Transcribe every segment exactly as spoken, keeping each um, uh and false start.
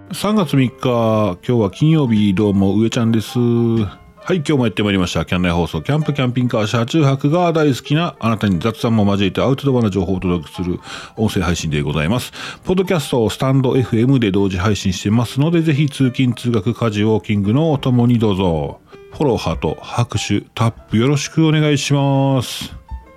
さんがつみっか、今日は金曜日、どうも上ちゃんです。はい、今日もやってまいりました。キャン内放送、キャンプ、キャンピングカー、車中泊が大好きなあなたに雑談も交えてアウトドアな情報をお届けする音声配信でございます。ポッドキャスト、スタンド エフエム で同時配信してますので、ぜひ通勤、通学、家事、ウォーキングのお供にどうぞ。フォロー、ハート、拍手、タップよろしくお願いします。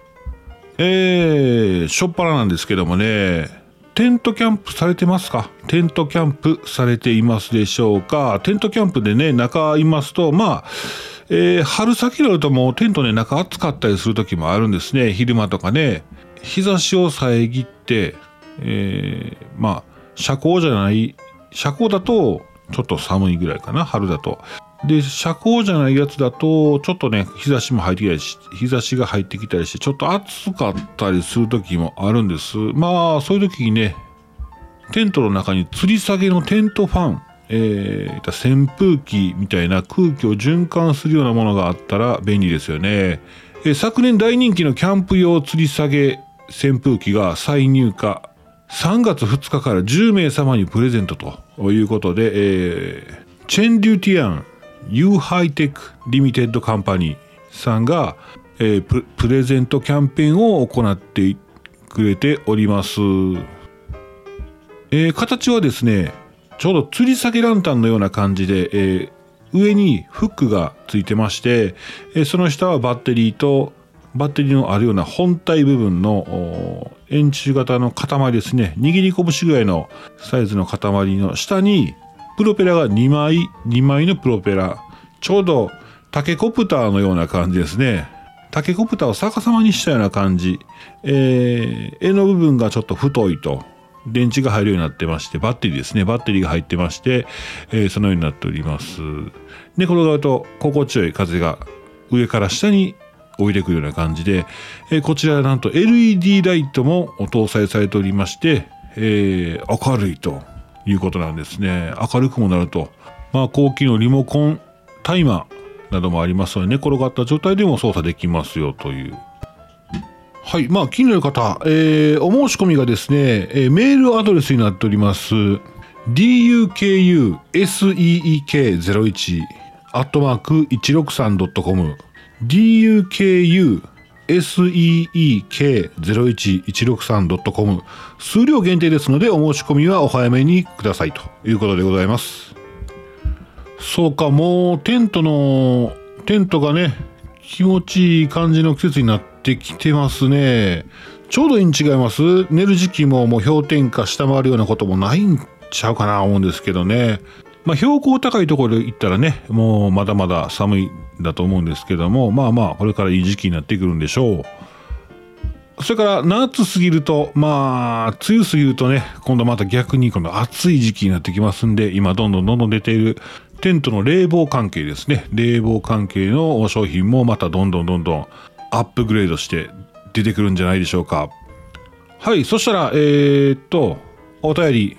えー、しょっぱななんですけどもね、テントキャンプされてますか？テントキャンプされていますでしょうか？テントキャンプでね、中いますと、まあ、えー、春先になるともうテントね、中暑かったりする時もあるんですね。昼間とかね、日差しを遮って、えー、まあ、遮光じゃない、遮光だとちょっと寒いぐらいかな、春だと。で、遮光じゃないやつだと、ちょっとね、日差しも入ってきたりし、日差しが入ってきたりして、ちょっと暑かったりする時もあるんです。まあ、そういう時にね、テントの中に吊り下げのテントファン、えー、扇風機みたいな空気を循環するようなものがあったら便利ですよね。えー、昨年大人気のキャンプ用吊り下げ扇風機が再入荷。さんがつふつかからじゅうめい様にプレゼントということで、えー、チェンデュティアンユーハイテクリミテッドカンパニーさんが、えー、プ, プレゼントキャンペーンを行ってくれております。えー、形はですね、ちょうど吊り下げランタンのような感じで、えー、上にフックがついてまして、えー、その下はバッテリーとバッテリーのあるような本体部分の円柱型の塊ですね、握り拳ぐらいのサイズの塊の下にプロペラがにまい、にまいのプロペラ。ちょうどタケコプターのような感じですね。タケコプターを逆さまにしたような感じ。えー、柄の部分がちょっと太いと。電池が入るようになってまして、バッテリーですね。バッテリーが入ってまして、えー、そのようになっております。で、転がると心地よい風が上から下に降りてくるような感じで、えー、こちらはなんと エルイーディー ライトも搭載されておりまして、えー、明るいと。いうことなんですね。明るくもなると、まあ、高機能リモコンタイマーなどもありますので、寝転がった状態でも操作できますよという。はい、まあ気になる方、えー、お申し込みがですね、えー、メールアドレスになっております。ディーユーケーユーエスイーイーケーゼロいち アットマーク いちろくさんドットコム ディーユーケーユーエスイーイーケーゼロいち いちろくさんドットコム 数量限定ですのでお申し込みはお早めにくださいということでございます。そうか、もうテントのテントがね、気持ちいい感じの季節になってきてますね。ちょうどいいに違います。寝る時期ももう氷点下下回るようなこともないんちゃうかな思うんですけどね。まあ標高高いところで行ったらね、もうまだまだ寒いだと思うんですけども、まあまあこれからいい時期になってくるんでしょう。それから夏過ぎると、まあ梅雨過ぎるとね、今度また逆にこの暑い時期になってきますんで、今どんどんどんどん出ているテントの冷房関係ですね、冷房関係の商品もまたどんどんどんどんアップグレードして出てくるんじゃないでしょうか。はい、そしたらえー、っとお便り、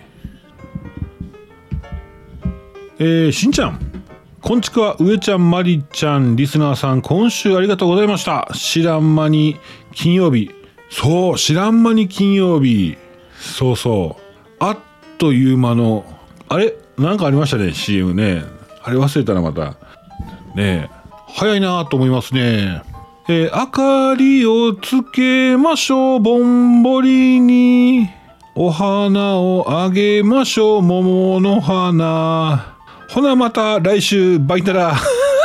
えー、しんちゃん、こんちくわ、上ちゃん、まりちゃん、リスナーさん、今週ありがとうございました。知らん間に金曜日。そう、知らん間に金曜日。そうそう。あっという間の、あれなんかありましたね、シーエム ね。あれ忘れたらまた。ねえ。早いなと思いますね。えー、明かりをつけましょう、ぼんぼりに。お花をあげましょう、桃の花。ほなまた来週バイタラ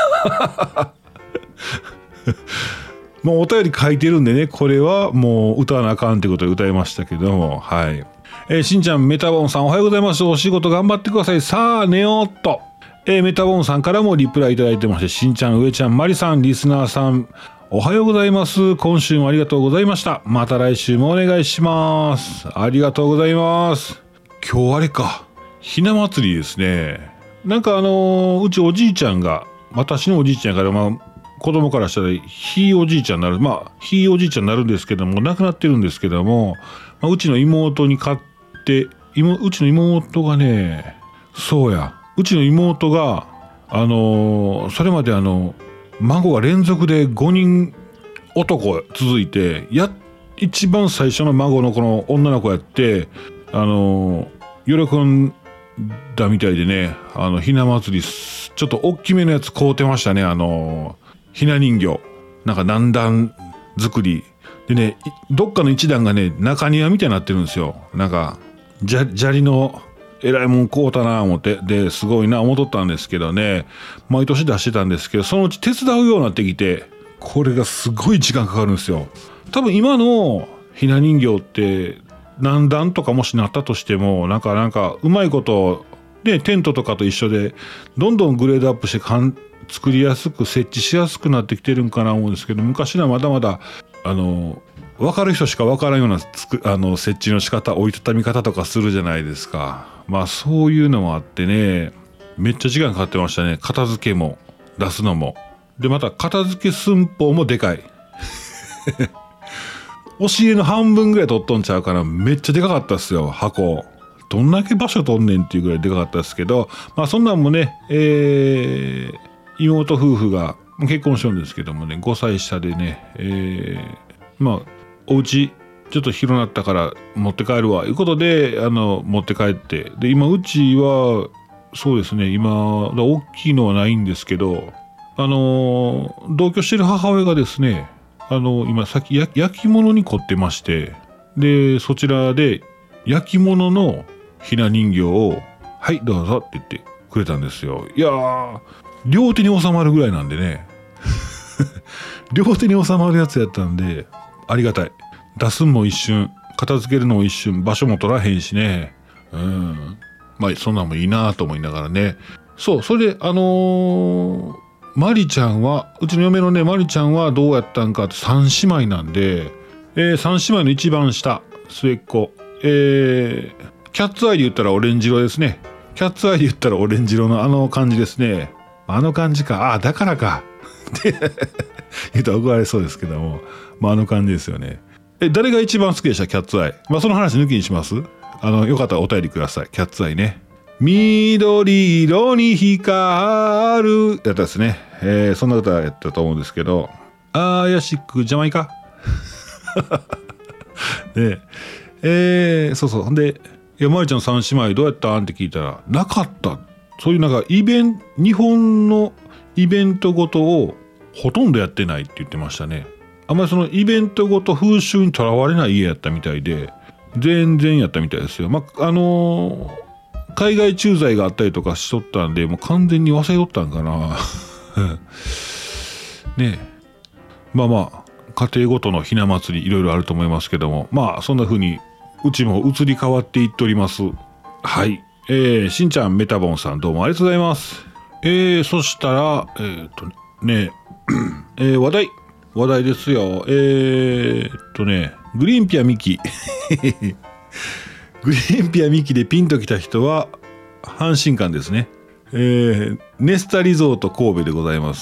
もうお便り書いてるんでね、これはもう歌わなあかんってことで歌いましたけども、はい。えー、しんちゃん、メタボンさんおはようございます。お仕事頑張ってください。さあ寝ようっと。えー、メタボンさんからもリプライいただいてまして、しんちゃん、上ちゃん、まりさん、リスナーさんおはようございます。今週もありがとうございました。また来週もお願いします。ありがとうございます。今日あれか、ひな祭りですね。なんかあのー、うちおじいちゃんが、私のおじいちゃんから、まあ、子供からしたらひいおじいちゃんになる、まあひいおじいちゃんになるんですけども、亡くなってるんですけども、まあ、うちの妹に買って妹うちの妹がね、そうやうちの妹があのー、それまであの孫が連続でごにん男続いて、や一番最初の孫のこの女の子やって、あのー、喜んだみたいでね、あのひな祭りちょっと大きめのやつ買うてましたね。あのひな人形なんか何段作りでね、どっかの一段がね中庭みたいになってるんですよ。なんか砂利のえらいもん買うたな思って、ですごいな思っとったんですけどね、毎年出してたんですけど、そのうち手伝うようになってきて、これがすごい時間かかるんですよ。多分今のひな人形って何段とかもしなったとしても、なんかなんかうまいことでテントとかと一緒でどんどんグレードアップしてかん作りやすく設置しやすくなってきてるんかな思うんですけど、昔はまだまだあの分かる人しか分からんようなつくあの設置の仕方、折りたたみ方とかするじゃないですか。まあそういうのもあってね、めっちゃ時間かかってましたね。片付けも出すのも。でまた片付け寸法もでかい。押し入れの半分ぐらい取っとんちゃうから、めっちゃでかかったっすよ、箱。どんだけ場所取んねんっていうぐらいでかかったですけど、まあそんなんもね、えー、妹夫婦が結婚してるんですけどもね、ごさい下でね、えー、まあお家ちょっと広なったから持って帰るわいうことで、あの持って帰って、で今うちはそうですね、今大きいのはないんですけど、あの同居してる母親がですね、あの今さっき焼き物に凝ってまして、でそちらで焼き物のひな人形をはいどうぞって言ってくれたんですよ。いやー、両手に収まるぐらいなんでね。両手に収まるやつやったんでありがたい。出すんも一瞬、片付けるのも一瞬、場所も取らへんしね。うん。まあそんなんもいいなと思いながらね。そう、それであのー、マリちゃんは、うちの嫁のねマリちゃんはどうやったんかって、三姉妹なんで、えー、三姉妹の一番下末っ子、えー、キャッツアイで言ったらオレンジ色ですね。キャッツアイで言ったらオレンジ色のあの感じですね。あの感じか。ああ、だからか。って言うと怒られそうですけども、まああの感じですよね。え、誰が一番好きでしたキャッツアイ。まあその話抜きにします。あの、よかったらお便りください。キャッツアイね。緑色に光るやったですね。えー、そんな歌やったと思うんですけど、怪しくジャマイカで、えー、そうそう。ほんで、いや、まりちゃん三姉妹どうやったんって聞いたら、なかった。そういうなんかイベント、日本のイベントごとをほとんどやってないって言ってましたね。あんまりそのイベントごと風習にとらわれない家やったみたいで、全然やったみたいですよ。まあ、あのー、海外駐在があったりとかしとったんで、もう完全に忘れとったんかな。ねえ。まあまあ、家庭ごとのひな祭りいろいろあると思いますけども、まあそんな風にうちも移り変わっていっております。はい。えー、しんちゃんメタボンさんどうもありがとうございます。えー、そしたら、えー、っとね、えー、話題、話題ですよ。えー、っとね、グリーンピアミキ。グリーンピアミキでピンときた人は阪神間ですね。えー、ネスタリゾート神戸でございます。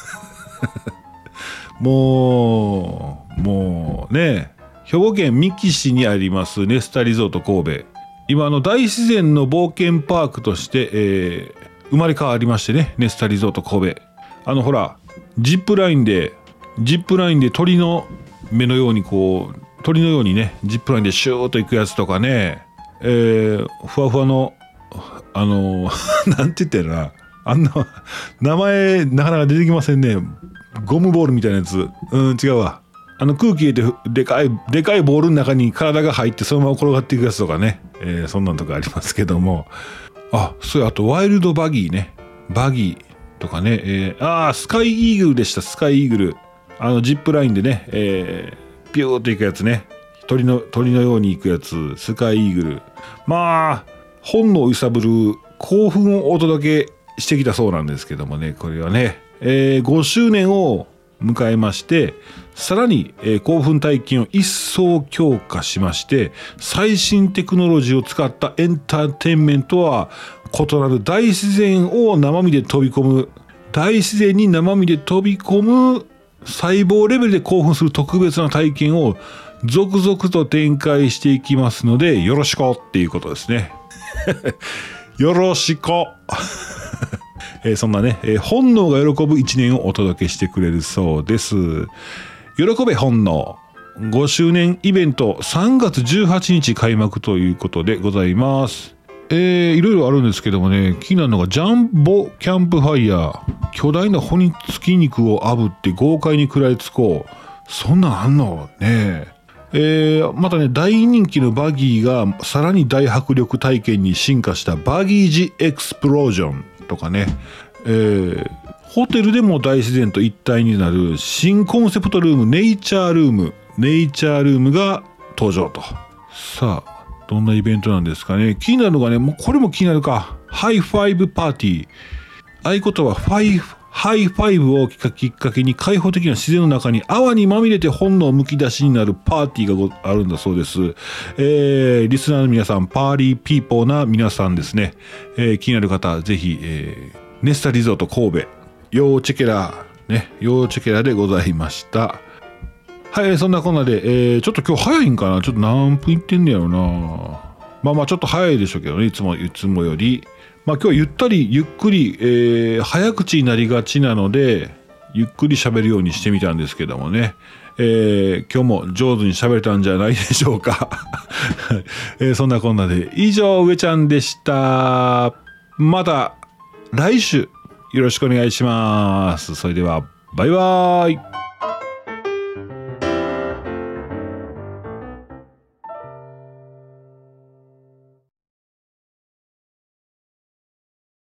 もう、もうね、兵庫県三木市にありますネスタリゾート神戸。今の大自然の冒険パークとして、えー、生まれ変わりましてね、ネスタリゾート神戸。あのほら、ジップラインで、ジップラインで鳥の目のようにこう、鳥のようにね、ジップラインでシューッと行くやつとかね、えー、ふわふわの、あのー、なんて言ったらな、あんな、名前なかなか出てきませんね。ゴムボールみたいなやつ。うん、違うわ。あの空気入れて、でかい、でかいボールの中に体が入ってそのまま転がっていくやつとかね。えー、そんなんとかありますけども。あ、そうや、あとワイルドバギーね。バギーとかね。えー、あー、スカイイーグルでした、スカイイーグル。あの、ジップラインでね、えー、ピューっていくやつね。鳥の、鳥のように行くやつ、スカイイーグル。まあ、本能を揺さぶる興奮をお届けしてきたそうなんですけどもね、これはね、えー、ごしゅうねんを迎えまして、さらに、えー、興奮体験を一層強化しまして、最新テクノロジーを使ったエンターテインメントは異なる大自然を生身で飛び込む、大自然に生身で飛び込む細胞レベルで興奮する特別な体験を続々と展開していきますので、よろしくっていうことですね。よろしく。えー、そんなね、えー、本能が喜ぶ一年をお届けしてくれるそうです。喜べ本能ごしゅうねんイベントさんがつじゅうはちにち開幕ということでございます。 えー、いろいろあるんですけどもね、気になるのがジャンボキャンプファイヤー。巨大な骨付き肉を炙って豪快に食らいつこう。そんなんあんのねえ。えー、またね、大人気のバギーがさらに大迫力体験に進化したバギージエクスプロージョンとかね、えー、ホテルでも大自然と一体になる新コンセプトルームネイチャールーム、ネイチャールームが登場と。さあ、どんなイベントなんですかね。気になるのがね、もうこれも気になるか。ハイファイブパーティー。合言葉ファイハイファイブをきっかけに開放的な自然の中に泡にまみれて本能むき出しになるパーティーがあるんだそうです。えー、リスナーの皆さん、パーリーピーポーな皆さんですね。えー、気になる方、ぜひ、えー、ネスタリゾート神戸、ヨーチェケラ、ね、ヨーチェケラでございました。はい、そんなこんなで、えー、ちょっと今日早いんかな。ちょっと何分いってんねやろな。まあまあちょっと早いでしょうけどね、いつも、いつもより。まあ今日はゆったりゆっくり、えー、早口になりがちなのでゆっくり喋るようにしてみたんですけどもね、えー、今日も上手に喋れたんじゃないでしょうか、えー、そんなこんなで以上上ちゃんでした。また来週よろしくお願いします。それではバイバーイ。